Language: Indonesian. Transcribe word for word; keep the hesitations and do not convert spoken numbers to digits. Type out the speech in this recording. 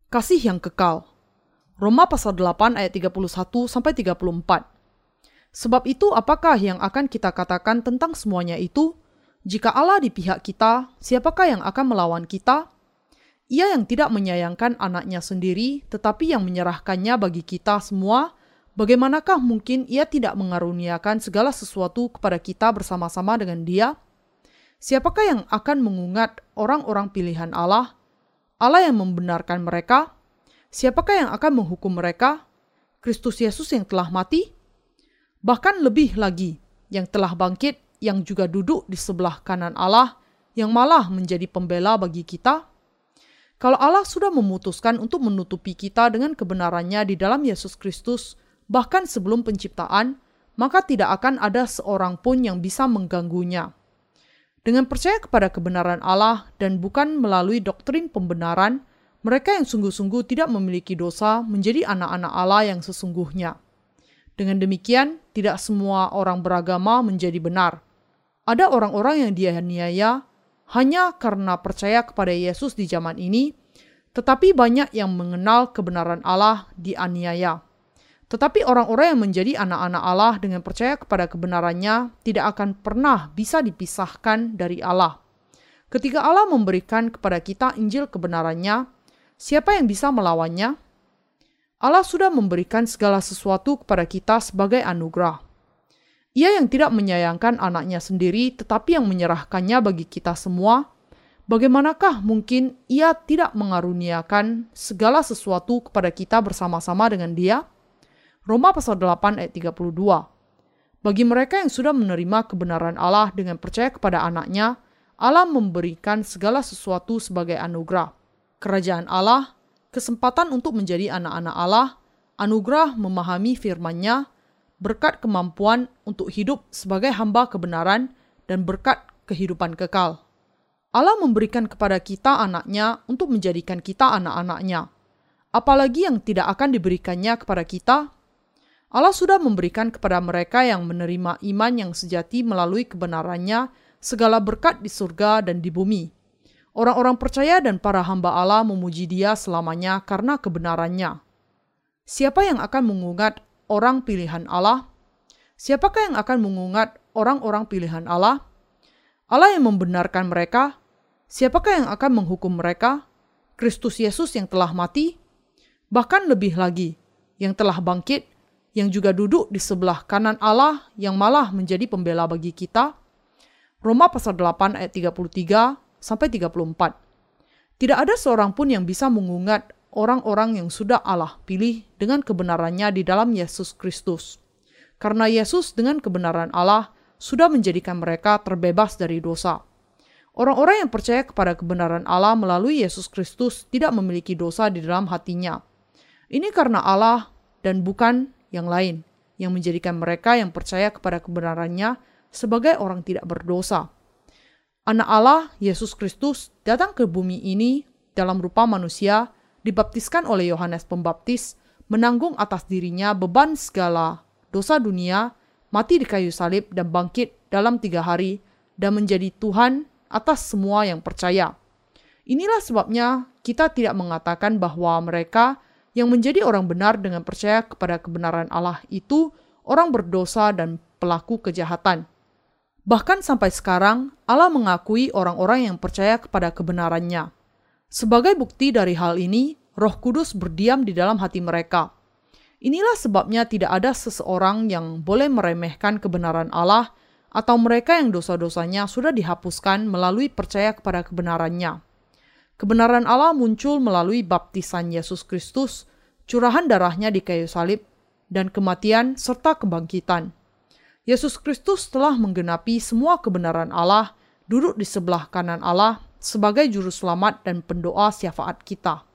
Kasih yang kekal. Roma pasal delapan ayat tiga puluh satu sampai tiga puluh empat. Sebab itu apakah yang akan kita katakan tentang semuanya itu? Jika Allah di pihak kita, siapakah yang akan melawan kita? Ia yang tidak menyayangkan anaknya sendiri, tetapi yang menyerahkannya bagi kita semua, bagaimanakah mungkin ia tidak mengaruniakan segala sesuatu kepada kita bersama-sama dengan Dia? Siapakah yang akan mengungat orang-orang pilihan Allah? Allah yang membenarkan mereka? Siapakah yang akan menghukum mereka? Kristus Yesus yang telah mati? Bahkan lebih lagi, yang telah bangkit, yang juga duduk di sebelah kanan Allah, yang malah menjadi pembela bagi kita? Kalau Allah sudah memutuskan untuk menutupi kita dengan kebenarannya di dalam Yesus Kristus, bahkan sebelum penciptaan, maka tidak akan ada seorang pun yang bisa mengganggunya. Dengan percaya kepada kebenaran Allah dan bukan melalui doktrin pembenaran, mereka yang sungguh-sungguh tidak memiliki dosa menjadi anak-anak Allah yang sesungguhnya. Dengan demikian, tidak semua orang beragama menjadi benar. Ada orang-orang yang dianiaya hanya karena percaya kepada Yesus di zaman ini, tetapi banyak yang mengenal kebenaran Allah dianiaya. Tetapi orang-orang yang menjadi anak-anak Allah dengan percaya kepada kebenarannya tidak akan pernah bisa dipisahkan dari Allah. Ketika Allah memberikan kepada kita Injil kebenarannya, siapa yang bisa melawannya? Allah sudah memberikan segala sesuatu kepada kita sebagai anugerah. Ia yang tidak menyayangkan anaknya sendiri, tetapi yang menyerahkannya bagi kita semua, bagaimanakah mungkin ia tidak mengaruniakan segala sesuatu kepada kita bersama-sama dengan Dia? Roma pasal delapan ayat tiga puluh dua. Bagi mereka yang sudah menerima kebenaran Allah dengan percaya kepada anaknya, Allah memberikan segala sesuatu sebagai anugerah. Kerajaan Allah, kesempatan untuk menjadi anak-anak Allah, anugerah memahami firman-Nya, berkat kemampuan untuk hidup sebagai hamba kebenaran, dan berkat kehidupan kekal. Allah memberikan kepada kita anaknya untuk menjadikan kita anak-anaknya. Apalagi yang tidak akan diberikannya kepada kita? Allah sudah memberikan kepada mereka yang menerima iman yang sejati melalui kebenarannya segala berkat di surga dan di bumi. Orang-orang percaya dan para hamba Allah memuji Dia selamanya karena kebenarannya. Siapa yang akan mengungat orang pilihan Allah? Siapakah yang akan mengungat orang-orang pilihan Allah? Allah yang membenarkan mereka. Siapakah yang akan menghukum mereka? Kristus Yesus yang telah mati? Bahkan lebih lagi, yang telah bangkit, yang juga duduk di sebelah kanan Allah yang malah menjadi pembela bagi kita. Roma pasal delapan ayat tiga puluh tiga sampai tiga puluh empat. Tidak ada seorang pun yang bisa mengungat orang-orang yang sudah Allah pilih dengan kebenarannya di dalam Yesus Kristus. Karena Yesus dengan kebenaran Allah sudah menjadikan mereka terbebas dari dosa. Orang-orang yang percaya kepada kebenaran Allah melalui Yesus Kristus tidak memiliki dosa di dalam hatinya. Ini karena Allah dan bukan yang lain yang menjadikan mereka yang percaya kepada kebenarannya sebagai orang tidak berdosa. Anak Allah, Yesus Kristus, datang ke bumi ini dalam rupa manusia, dibaptiskan oleh Yohanes Pembaptis, menanggung atas dirinya beban segala dosa dunia, mati di kayu salib dan bangkit dalam tiga hari, dan menjadi Tuhan atas semua yang percaya. Inilah sebabnya kita tidak mengatakan bahwa mereka yang menjadi orang benar dengan percaya kepada kebenaran Allah itu orang berdosa dan pelaku kejahatan. Bahkan sampai sekarang, Allah mengakui orang-orang yang percaya kepada kebenarannya. Sebagai bukti dari hal ini, Roh Kudus berdiam di dalam hati mereka. Inilah sebabnya tidak ada seseorang yang boleh meremehkan kebenaran Allah atau mereka yang dosa-dosanya sudah dihapuskan melalui percaya kepada kebenarannya. Kebenaran Allah muncul melalui baptisan Yesus Kristus, curahan darahnya di kayu salib, dan kematian serta kebangkitan. Yesus Kristus telah menggenapi semua kebenaran Allah, duduk di sebelah kanan Allah sebagai juru selamat dan pendoa syafaat kita.